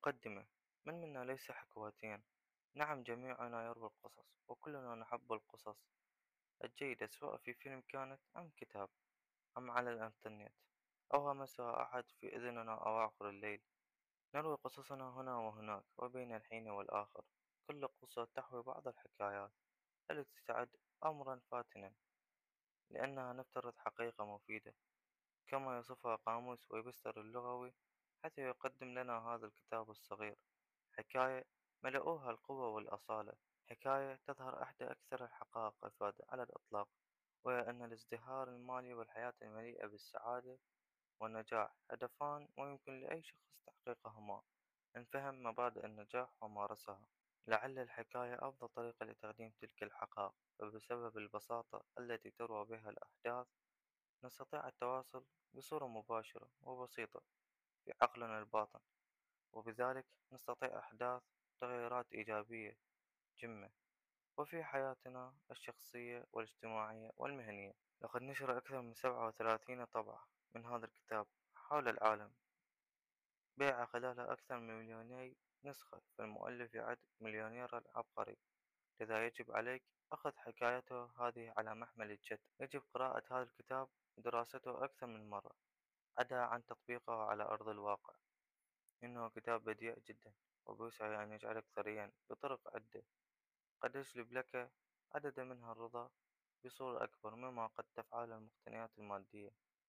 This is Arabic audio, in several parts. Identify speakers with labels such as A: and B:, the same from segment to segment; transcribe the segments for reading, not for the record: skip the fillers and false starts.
A: مقدمة. من منا ليس حكواتيا؟ نعم، جميعنا يروي القصص، وكلنا نحب القصص الجيدة، سواء في فيلم كانت أم كتاب أم على الإنترنت أو همسها أحد في إذننا أواخر الليل. نروي قصصنا هنا وهناك وبين الحين والآخر. كل قصة تحوي بعض الحكايات التي تعد أمرا فاتنا، لأنها نفترض حقيقة مفيدة كما يصفها قاموس ويبستر اللغوي، حتى يقدم لنا هذا الكتاب الصغير حكاية ملؤوها القوة والأصالة. حكاية تظهر إحدى أكثر الحقائق إفادة على الإطلاق، وهي أن الازدهار المالي والحياة المليئة بالسعادة والنجاح هدفان ويمكن لأي شخص تحقيقهما إن فهم مبادئ النجاح ومارسها. لعل الحكاية أفضل طريقة لتقديم تلك الحقائق، فبسبب البساطة التي تروى بها الأحداث نستطيع التواصل بصورة مباشرة وبسيطة في عقلنا الباطن، وبذلك نستطيع إحداث تغيرات إيجابية جمة وفي حياتنا الشخصية والاجتماعية والمهنية. لقد نشر أكثر من 37 طبعة من هذا الكتاب حول العالم، بيع خلالها أكثر من مليوني نسخة، فالمؤلف يعد مليونير العبقري. لذا يجب عليك أخذ حكايته هذه على محمل الجد. يجب قراءة هذا الكتاب ودراسته أكثر من مرة، عدا عن تطبيقه على أرض الواقع. إنه كتاب بديع جدا، وبوسعه أن يجعلك ثريا بطرق عدة قد يجلب لك عددا منها الرضا بصورة أكبر مما قد تفعله المقتنيات المادية.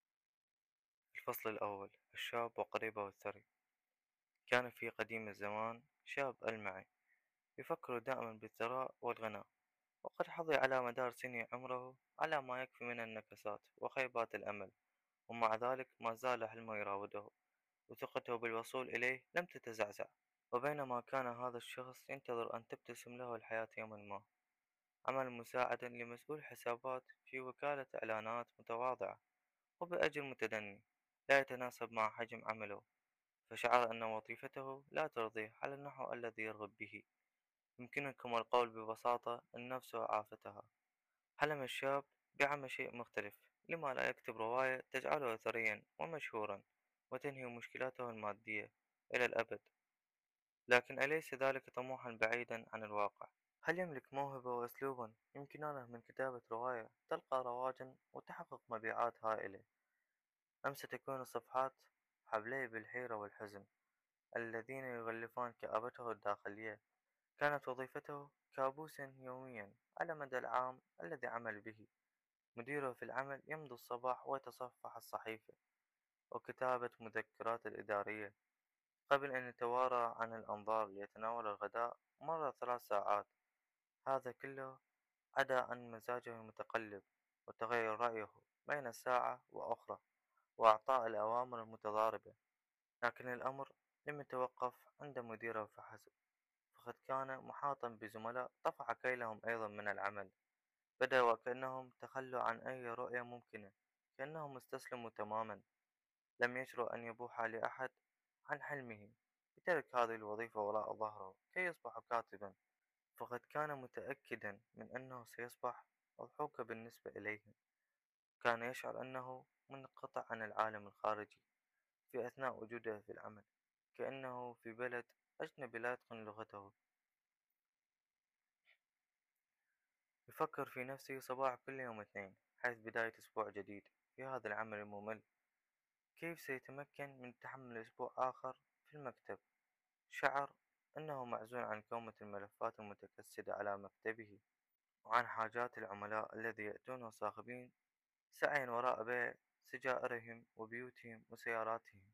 A: الفصل الأول: الشاب وقريبه الثري. كان في قديم الزمان شاب ألمعي يفكر دائما بالثراء والغنى، وقد حظي على مدار سنين عمره على ما يكفي من النكسات وخيبات الأمل، ومع ذلك ما زال حلمه يراوده، وثقته بالوصول إليه لم تتزعزع. وبينما كان هذا الشخص ينتظر أن تبتسم له الحياة يوما ما، عمل مساعدا لمسؤول حسابات في وكالة إعلانات متواضعة وبأجر متدني لا يتناسب مع حجم عمله، فشعر أن وظيفته لا ترضيه على النحو الذي يرغب به. يمكنكم القول ببساطة أن نفسه عافتها. حلم الشاب بعمل شيء مختلف. لما لا يكتب رواية تجعله ثريا ومشهورا وتنهي مشكلاته المادية إلى الأبد؟ لكن أليس ذلك طموحا بعيدا عن الواقع؟ هل يملك موهبة وأسلوبا يمكنانه من كتابة رواية تلقى رواجا وتحقق مبيعات هائلة، أم ستكون الصفحات حبلي بالحيرة والحزن اللذين يغلفان كآبته الداخلية؟ كانت وظيفته كابوسا يوميا على مدى العام الذي عمل به. مديره في العمل يمضي الصباح ويتصفح الصحيفة وكتابة مذكرات الإدارية قبل أن يتوارى عن الأنظار ليتناول الغداء مرة 3 ساعات. هذا كله عدا عن مزاجه المتقلب وتغير رأيه بين ساعة وأخرى وإعطاء الأوامر المتضاربة. لكن الأمر لم يتوقف عند مديره فحسب، فقد كان محاطا بزملاء طفح كيلهم أيضا من العمل. بدأ وكأنهم تخلوا عن أي رؤية ممكنة، كأنهم استسلموا تماما. لم يجرؤ أن يبوح لأحد عن حلمه بترك هذه الوظيفة وراء ظهره كي يصبح كاتبا، فقد كان متأكدا من أنه سيصبح مضحوكا بالنسبة إليهم. كان يشعر أنه منقطع عن العالم الخارجي في أثناء وجوده في العمل، كأنه في بلد أجنبي لا يتقن لغته. يفكر في نفسه صباح كل يوم اثنين، حيث بداية أسبوع جديد في هذا العمل الممل، كيف سيتمكن من تحمل أسبوع آخر في المكتب؟ شعر أنه معزول عن كومة الملفات المتكسدة على مكتبه، وعن حاجات العملاء الذي يأتون صاخبين سعيا وراء بيع سجائرهم وبيوتهم وسياراتهم.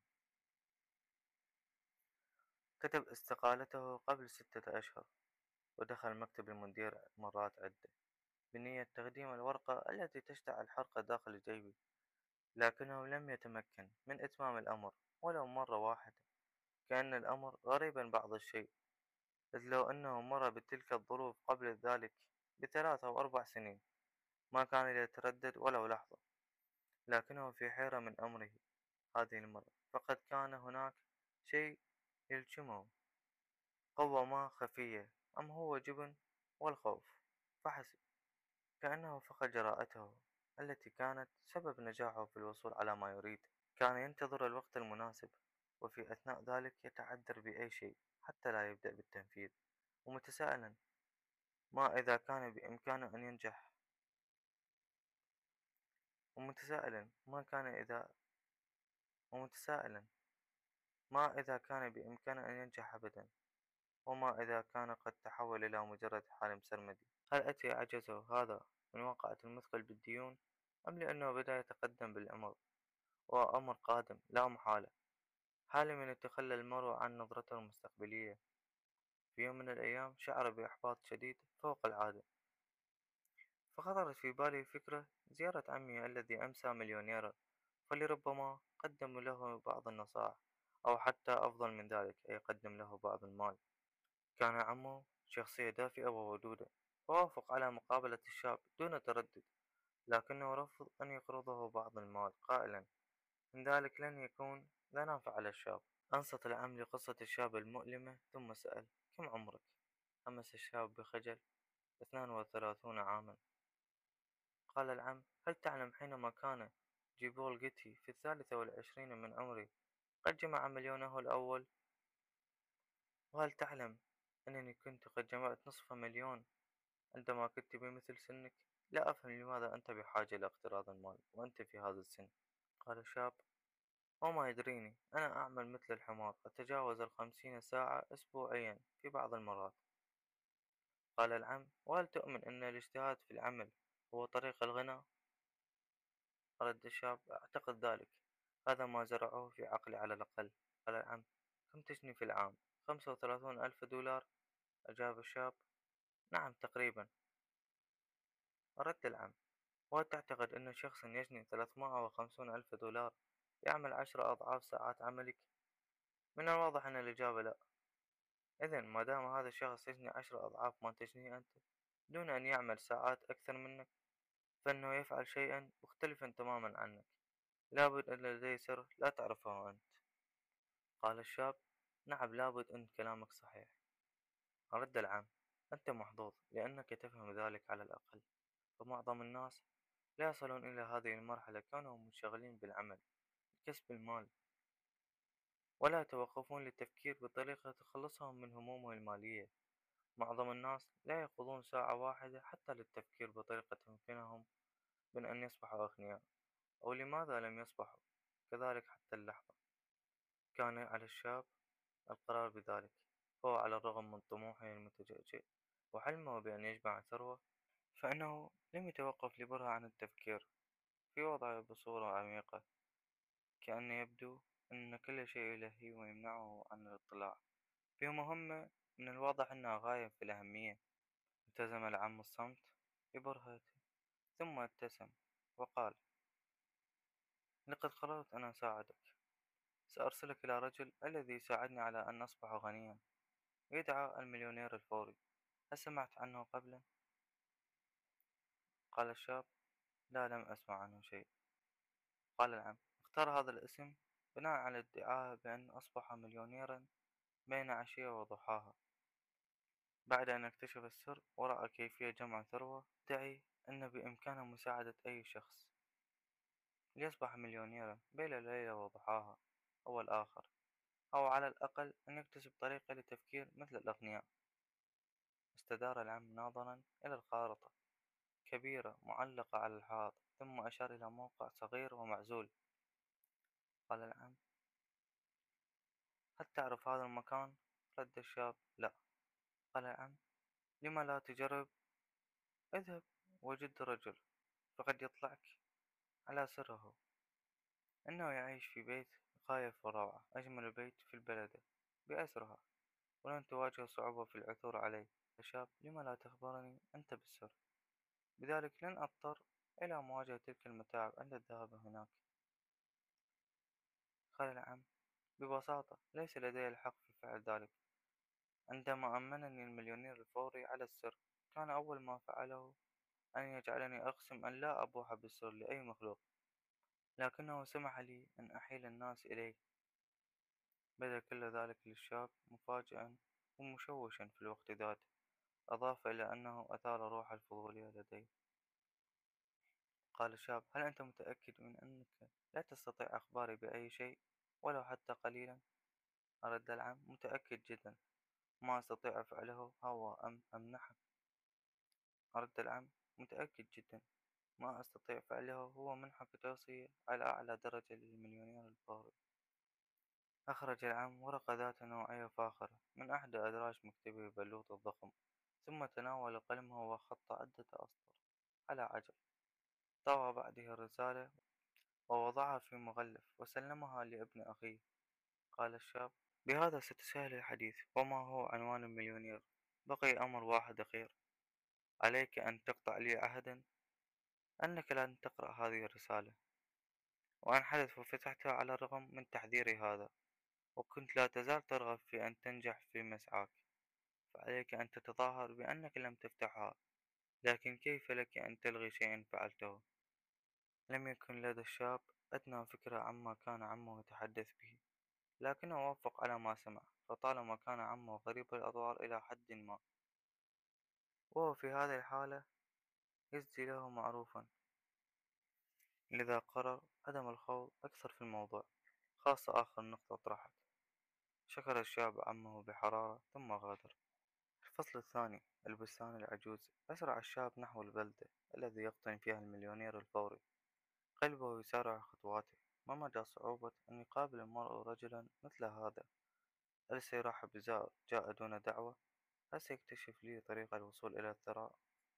A: كتب استقالته قبل 6 أشهر، ودخل مكتب المدير مرات عدة بنية تقديم الورقة التي تشتعل حرقة داخل جيبه، لكنه لم يتمكن من إتمام الأمر ولو مرة واحدة. كأن الأمر غريبا بعض الشيء، إذ لو أنه مر بتلك الظروف قبل ذلك ب3 أو 4 سنين ما كان يتردد ولو لحظة. لكنه في حيرة من أمره هذه المرة، فقد كان هناك شيء يلجمه، قوة ما خفية، أم هو جبن والخوف فحسب؟ كأنه فقد جراءته التي كانت سبب نجاحه في الوصول على ما يريد. كان ينتظر الوقت المناسب وفي أثناء ذلك يتعذر بأي شيء حتى لا يبدأ بالتنفيذ، ومتسائلا ما إذا كان بإمكانه أن ينجح ومتسائلا ما كان إذا ومتسائلا ما إذا كان بإمكانه أن ينجح أبدا، وما إذا كان قد تحول إلى مجرد حالم سرمدي. هل أتي عجزه هذا من واقعة المثقل بالديون، أم لأنه بدأ يتقدم بالعمر وأمر قادم لا محالة، حالم يتخلى المرء عن نظرته المستقبلية؟ في يوم من الأيام شعر بإحباط شديد فوق العادة، فخطرت في بالي فكرة زيارة عمي الذي أمسى مليونيرا، فلربما قدم له بعض النصائح، أو حتى أفضل من ذلك أي قدم له بعض المال. كان عمه شخصية دافئة وودودة، فوافق على مقابلة الشاب دون تردد، لكنه رفض أن يقرضه بعض المال قائلا إن ذلك لن يكون لا نافع على الشاب. أنصت العم لقصة الشاب المؤلمة ثم سأل كم عمرك؟ همس الشاب بخجل 32 عاما. قال العم هل تعلم حينما كان جيبول جيتي في 23 من عمري قد جمع مليونه الأول؟ وهل تعلم أنني كنت قد جمعت نصف مليون عندما كنت بمثل سنك؟ لا أفهم لماذا أنت بحاجة إلى اقتراض المال وأنت في هذا السن. قال الشاب وما يدريني، أنا أعمل مثل الحمار، أتجاوز 50 ساعة أسبوعيا في بعض المرات. قال العم وهل تؤمن أن الاجتهاد في العمل هو طريق الغنى؟ رد الشاب أعتقد ذلك، هذا ما زرعوه في عقلي على الأقل. قال العم كم تجني في العام؟ 35 ألف دولار، أجاب الشاب. نعم تقريبا. رد العم وهل تعتقد أن شخص يجني 350 ألف دولار يعمل 10 أضعاف ساعات عملك؟ من الواضح أن الإجابة لا. إذن ما دام هذا الشخص يجني 10 أضعاف ما تجنيه أنت دون أن يعمل ساعات أكثر منك، فإنه يفعل شيئا مختلفا تماما عنك، لابد أن لديه سر لا تعرفه أنت. قال الشاب نعم لابد أن كلامك صحيح. رد العم أنت محظوظ لأنك تفهم ذلك على الأقل، فمعظم الناس لا يصلون إلى هذه المرحلة كونهم منشغلين بالعمل كسب المال، ولا يتوقفون للتفكير بطريقة تخلصهم من همومهم المالية. معظم الناس لا يأخذون ساعة واحدة حتى للتفكير بطريقة تمكنهم من أن يصبحوا أغنياء، أو لماذا لم يصبحوا كذلك حتى اللحظة. كان على الشاب القرار بذلك، فهو على الرغم من طموحه المتجدد وحلمه بأن يجمع ثروة، فإنه لم يتوقف لبرهة عن التفكير في وضعه بصورة عميقة، كأن يبدو أن كل شيء إلهي ويمنعه عن الاطلاع في مهمة من الواضح أنها غاية في الأهمية. التزم العم الصمت ببرهته ثم ابتسم وقال لقد قررت أن أساعدك، سأرسلك إلى رجل الذي يساعدني على أن أصبح غنيا، يدعى المليونير الفوري، هل سمعت عنه قبلا؟ قال الشاب لا لم أسمع عنه شيء. قال العم اختار هذا الاسم بناء على ادعائه بأن أصبح مليونيرا بين عشية وضحاها، بعد أن اكتشف السر ورأى كيفية جمع ثروة ادعي أن بإمكانه مساعدة أي شخص ليصبح مليونيرا بين ليلة وضحاها أو الآخر، أو على الأقل أن يكتسب طريقة للتفكير مثل الأغنياء. استدار العم ناظرا إلى الخارطة كبيرة معلقة على الحائط ثم أشار إلى موقع صغير ومعزول. قال العم هل تعرف هذا المكان؟ رد الشاب لا. قال العم لم لا تجرب؟ اذهب وجد رجل فقد يطلعك على سره، إنه يعيش في بيت غاية في الروعة، أجمل بيت في البلد بأسرها، ولن تواجه صعوبة في العثور عليه. الشاب لم لا تخبرني أنت بالسر؟ بذلك لن أضطر إلى مواجهة تلك المتاعب عند الذهاب هناك. قال العم ببساطة ليس لدي الحق في فعل ذلك. عندما أمنني المليونير الفوري على السر كان أول ما فعله أن يجعلني أقسم أن لا أبوح بالسر لأي مخلوق، لكنه سمح لي أن أحيل الناس إليه. بدا كل ذلك للشاب مفاجئا ومشوشا في الوقت ذاته، أضاف إلى أنه أثار روح الفضولية لدي. قال الشاب هل أنت متأكد من أنك لا تستطيع أخباري بأي شيء؟ ولو حتى قليلا؟ رد العم: متأكد جدا، ما أستطيع فعله، هو أمنحك. رد العم: متأكد جدا، ما أستطيع فعله هو منحك توصية على أعلى درجة للمليونير الفوري. أخرج العم ورقة ذات نوعية فاخرة من أحد أدراج مكتبه البلوط الضخم، ثم تناول قلمه وخط عدة أسطر على عجل. طوى بعده الرسالة ووضعها في مغلف وسلمها لابن أخيه. قال الشاب: بهذا ستسهل الحديث. وما هو عنوان المليونير؟ بقي أمر واحد أخير، عليك أن تقطع لي عهدا أنك لن تقرأ هذه الرسالة. وأن حدث وفتحتها على الرغم من تحذيري هذا، وكنت لا تزال ترغب في أن تنجح في مسعاك، فعليك أن تتظاهر بأنك لم تفتحها. لكن كيف لك أن تلغي شيئا فعلته؟ لم يكن لدى الشاب أدنى فكرة عما كان عمه يتحدث به، لكنه وافق على ما سمع، فطالما كان عمه غريب الأطوار إلى حد ما، وهو في هذه الحالة يجزي له معروفا، لذا قرر عدم الخوض أكثر في الموضوع. خاصة آخر نقطة طرحت. شكر الشاب عمه بحرارة ثم غادر. الفصل الثاني: البستان العجوز. أسرع الشاب نحو البلدة الذي يقطن فيها المليونير الفوري، قلبه يسارع خطواته. ما مدى صعوبة أن يقابل المرء رجلا مثل هذا؟ هل سيرحب بزائر جاء دون دعوة؟ هل سيكتشف لي طريق الوصول إلى الثراء؟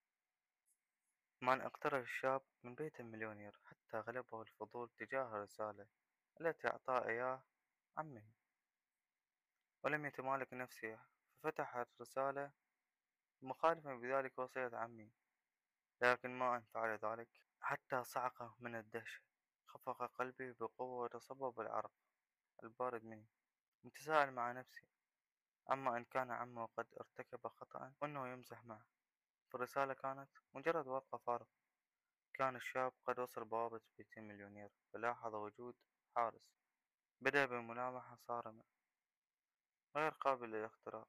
A: من اقترب الشاب من بيت المليونير حتى غلبه الفضول تجاه الرسالة التي أعطاه إياه عمه، ولم يتمالك نفسه ففتح الرسالة مخالفا بذلك وصية عمه. لكن ما أن فعل ذلك حتى صعق من الدهشة، خفق قلبي بقوة وتصبب العرق البارد منه، متساءل مع نفسي أما إن كان عمه قد ارتكب خطأ وأنه يمزح معه. فالرسالة كانت مجرد ورقة فارغة. كان الشاب قد وصل بوابة بيت المليونير فلاحظ وجود حارس. بدأ بملامحة صارمة غير قابل للاختراق.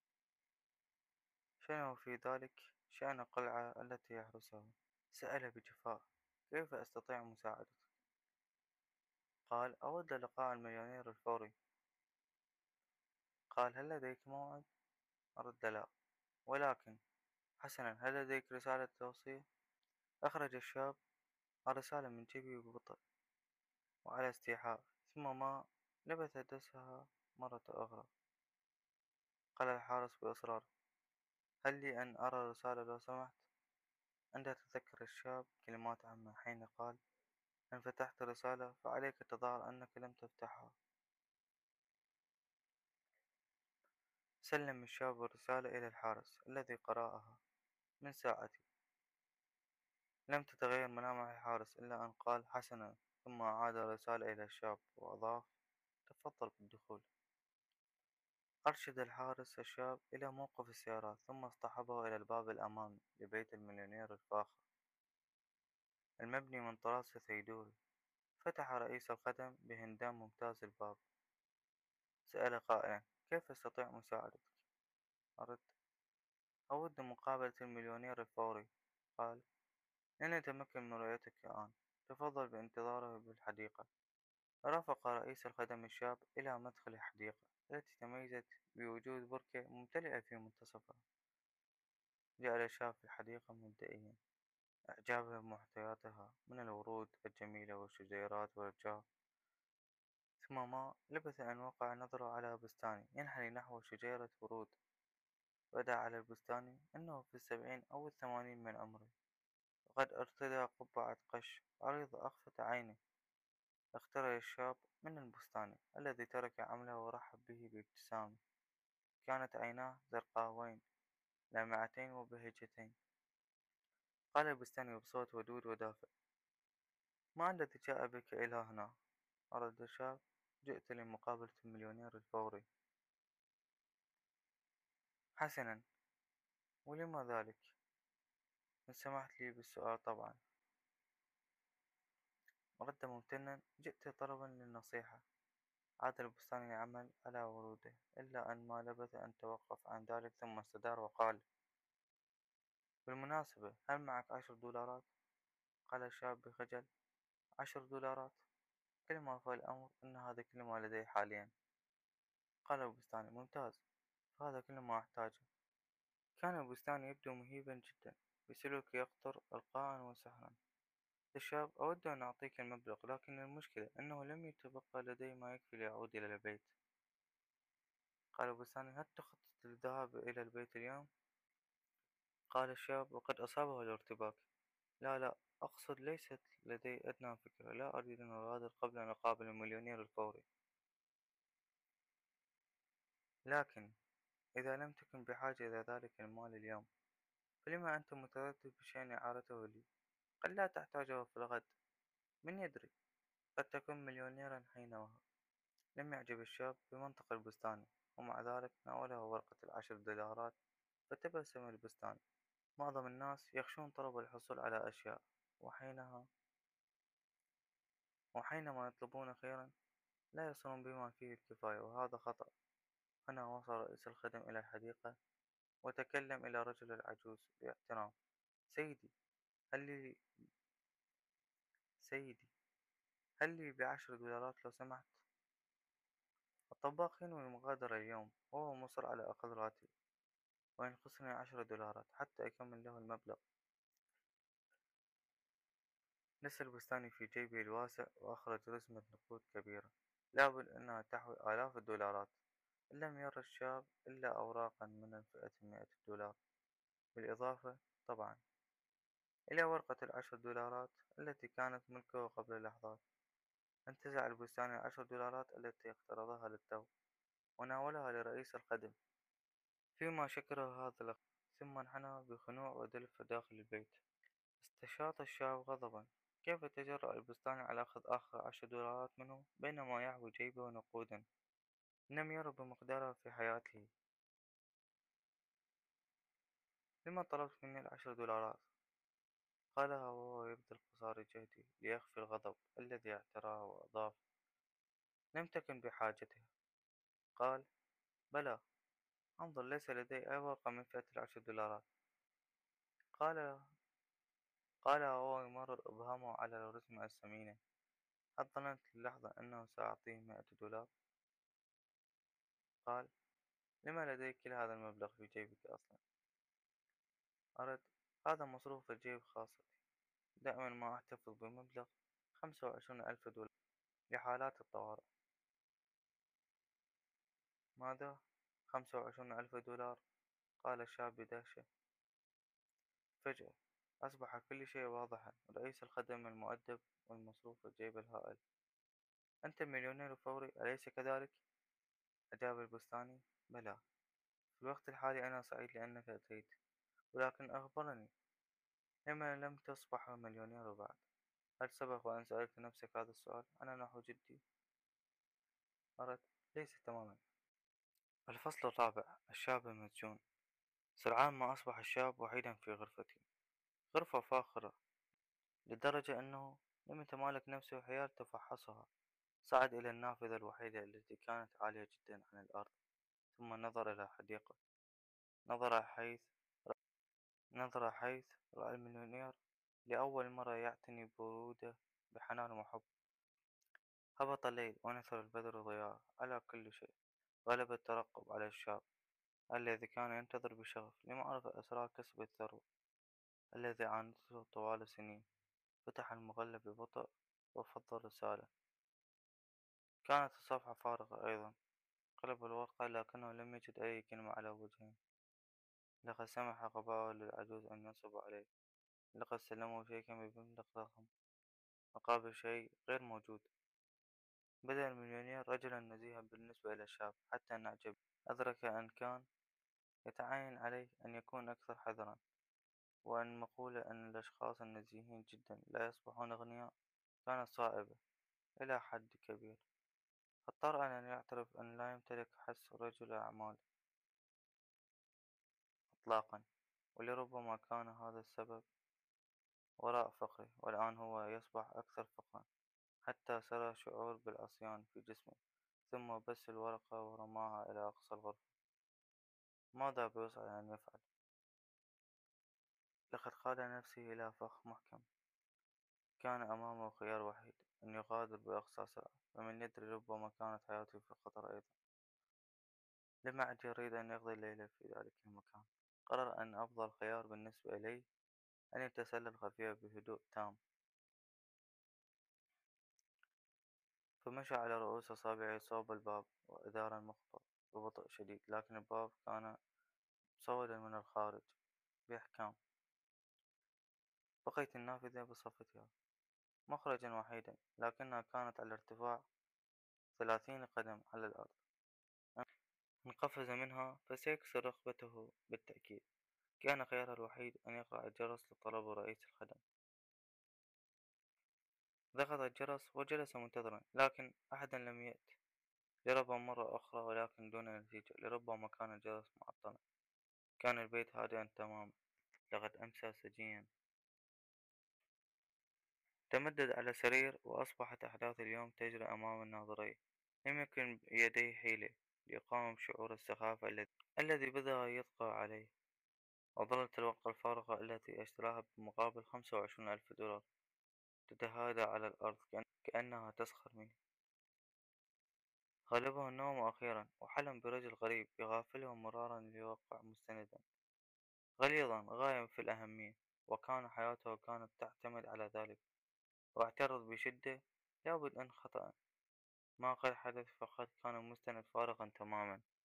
A: شنو في ذلك شأن القلعة التي يحرسها؟ سأل بجفاء: كيف أستطيع مساعدتك؟ قال: أود لقاء المليونير الفوري. قال: هل لديك موعد؟ رد: لا، ولكن حسنا، هل لديك رسالة توصية؟ أخرج الشاب الرسالة من جيبه ببطء وعلى استيحاء، ثم ما لبث دسها مرة أخرى. قال الحارس بإصرار: هل لي أن أرى الرسالة لو سمحت؟ عندها تذكر الشاب كلمات عمه حين قال: إن فتحت الرسالة فعليك التظاهر أنك لم تفتحها. سلم الشاب الرسالة إلى الحارس الذي قرأها. من ساعتي لم تتغير ملامح الحارس إلا أن قال: حسنا، ثم أعاد الرسالة إلى الشاب وأضاف: تفضل بالدخول. أرشد الحارس الشاب إلى موقف السيارات ثم اصطحبه إلى الباب الأمامي لبيت المليونير الفاخر المبني من طراز ثيودوري. فتح رئيس الخدم بهندام ممتاز الباب. سأل قائلا: كيف أستطيع مساعدتك؟ أرد: أود مقابلة المليونير الفوري. قال: لن أتمكن من رؤيتك الآن، تفضل بانتظاره بالحديقة. رافق رئيس الخدم الشاب إلى مدخل الحديقة التي تميزت بوجود بركة ممتلئة في منتصفها. جعل الشاب في الحديقة مبدئيا إعجابه بمحتوياتها من الورود الجميلة والشجيرات والأشجار، ثم ما لبث أن وقع نظره على بستان ينحني نحو شجيرة ورود. بدا على البستاني أنه في السبعين أو الثمانين من عمره، وقد ارتدى قبعة قش عريضة أخفت عينه. اقترب الشاب من البستاني الذي ترك عمله ورحب به بابتسامة. كانت عيناه زرقاوين لامعتين وبهجتين. قال البستاني بصوت ودود ودافئ: ما الذي جاء بك إلى هنا؟ رد الشاب: جئت لمقابلة المليونير الفوري. حسنا، ولما ذلك؟ إن سمحت لي بالسؤال طبعا. رد ممتنا: جئت طلبا للنصيحة. عاد البستاني يعمل على وروده، إلا أن ما لبث أن توقف عن ذلك ثم استدار وقال: بالمناسبة، هل معك 10 دولارات؟ قال الشاب بخجل: 10 دولارات؟ كل ما فات الأمر أن هذا كل ما لدي حاليا. قال البستاني: ممتاز، فهذا كل ما أحتاجه. كان البستان يبدو مهيبا جدا، بسلوك يقطر إلقاء وسحرا. الشاب: أود أن أعطيك المبلغ، لكن المشكلة أنه لم يتبقى لدي ما يكفي لأعود إلى البيت. قال البستاني: هل تخطط للذهاب إلى البيت اليوم؟ قال الشاب وقد أصابه الارتباك: لا لا، أقصد ليست لدي أدنى فكرة، لا أريد أن أغادر قبل أن أقابل المليونير الفوري. لكن إذا لم تكن بحاجة إلى ذلك المال اليوم، فلما أنت متردد بشأن إعارته لي؟ قد لا تحتاجه في الغد، من يدري، قد تكون مليونيرا حينها. لم يعجب الشاب بمنطق البستاني، ومع ذلك ناوله ورقة $10. فتبسم البستاني: معظم الناس يخشون طلب الحصول على أشياء، وحينها وحينما يطلبون خيرا لا يصلون بما فيه الكفاية، وهذا خطأ. هنا وصل رئيس الخدم إلى الحديقة، وتكلم إلى رجل العجوز باحترام: سيدي، هل لي سيدي هل لي $10 لو سمحت؟ الطباخ ينوي المغادرة اليوم، وهو مصر على أخذ راتب، وينقصني $10 حتى أكمل له المبلغ. نزل البستاني في جيبه الواسع وأخرج رزمة نقود كبيرة، لابد أنها تحوي آلاف الدولارات. لم يرى الشاب إلا أوراقا من الفئة 100 دولار، بالإضافة طبعا إلى ورقة $10 التي كانت ملكه قبل لحظات. انتزع البستاني $10 التي اقترضها للتو، وناولها لرئيس الخدم، فيما شكره هذا الأخ. ثم انحنى بخنوع ودلف داخل البيت. استشاط الشاب غضبا: كيف تجرأ البستاني على أخذ آخر $10 منه بينما يحوي جيبه نقودا لم ير بمقدارها في حياته؟ لما طلبت مني $10؟ قالها وهو يبذل قصارى جهده ليخفي الغضب الذي اعتراه، وأضاف: لم تكن بحاجتها. قال: بلى، انظر، ليس لدي أي ورقة من فئة $10. قال قالها وهو يمرر إبهامه على الرسمة الثمينة. هل ظننت للحظة أنه سأعطيه $100؟ قال: لما لديك كل هذا المبلغ في جيبك أصلا؟ أرد: هذا مصروف الجيب خاصتي، دائما ما أحتفظ بمبلغ $25,000 لحالات الطوارئ. ماذا؟ $25,000؟ قال الشاب بدهشة. فجأة أصبح كل شيء واضحا: رئيس الخدم المؤدب، والمصروف الجيب الهائل. أنت مليونير فوري، أليس كذلك؟ أجاب البستاني: بلى، في الوقت الحالي أنا سعيد لأنك أتيت، ولكن أخبرني، لما لم تصبح مليونير بعد؟ هل سبق وأن سألت نفسك هذا السؤال؟ أنا نحو جدي. أردت: ليس تماما. الفصل الرابع: الشاب المسجون. سرعان ما أصبح الشاب وحيدا في غرفته، غرفة فاخرة لدرجة أنه لم يتمالك نفسه حيال تفحصها. صعد إلى النافذة الوحيدة التي كانت عالية جدا عن الأرض، ثم نظر إلى الحديقة. نظر حيث نظر حيث رأى المليونير لأول مرة يعتني برودة بحنان وحب. هبط الليل ونثر البدر ضياء على كل شيء. غلب الترقب على الشاب الذي كان ينتظر بشغف لمعرفة أسرار كسب الثروة الذي عانته طوال السنين. فتح المغلف ببطء وفض الرسالة. كانت الصفحة فارغة أيضا. قلب الورقة لكنه لم يجد أي كلمة على وجهه. لقد سمح غباؤه للعجوز أن ينصب عليه. لقد سلمه شيكا بمبلغ ضخم مقابل شيء غير موجود. بدأ المليونير رجلا نزيها بالنسبة إلى الشاب حتى نعجب. أدرك أن كان يتعين عليه أن يكون أكثر حذرا، وأن مقولة أن الأشخاص النزيهين جدا لا يصبحون أغنياء كانت صائبة إلى حد كبير. اضطر أن يعترف أن لا يمتلك حس رجل أعمال إطلاقا، ولربما كان هذا السبب وراء فقره، والآن هو يصبح أكثر فقرا حتى سرى شعور بالعصيان في جسمه. ثم بس الورقة ورماها إلى أقصى الغرفة. ماذا بوسعه أن يفعل؟ لقد قاد نفسه إلى فخ محكم. كان أمامه خيار وحيد: أن يغادر بأقصى سرعة، فمن يدري ربما كانت حياته في خطر أيضا. لم يعد يريد أن يقضي الليلة في ذلك المكان. قرر أن أفضل خيار بالنسبة إليه أن يتسلل خفية بهدوء تام، فمشى على رؤوس أصابعه صوب الباب وأدار المخبر ببطء شديد، لكن الباب كان مصودا من الخارج بإحكام. بقيت النافذة بصفتها مخرجا وحيدا، لكنها كانت على ارتفاع 30 قدم على الأرض. إن قفز منها فسيكسر رقبته بالتأكيد. كان خياره الوحيد أن يقرع الجرس لطلب رئيس الخدم. ضغط الجرس وجلس منتظرا، لكن أحدا لم يأت. جرب مرة أخرى ولكن دون نتيجة، لربما كان الجرس معطلا. كان البيت هادئا تماما، لقد أمسى سجيا. تمدد على سرير وأصبحت أحداث اليوم تجري أمام الناظرين. لم يكن بيديه حيلة ليقاوم شعور السخافة الذي بدأ يطغى عليه. وظلت الورقة الفارغة التي اشتراها بمقابل 25,000 دولار تتهادى على الأرض كأنها تسخر منه. غلبه النوم أخيرا، وحلم برجل غريب يغافله مرارا ليوقع مستندا غليظا غاية في الأهمية، وكان حياته كانت تعتمد على ذلك. واعترض بشدة: لابد أن خطأ ما قد حدث، فقد كان المستند فارغا تماما.